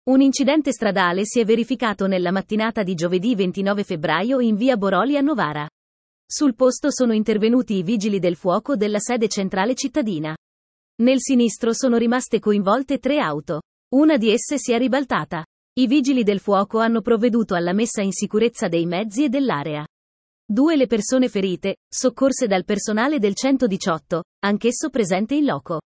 Un incidente stradale si è verificato nella mattinata di giovedì 29 febbraio in via Boroli a Novara. Sul posto sono intervenuti i vigili del fuoco della sede centrale cittadina. Nel sinistro sono rimaste coinvolte 3 auto. Una di esse si è ribaltata. I vigili del fuoco hanno provveduto alla messa in sicurezza dei mezzi e dell'area. 2 le persone ferite, soccorse dal personale del 118, anch'esso presente in loco.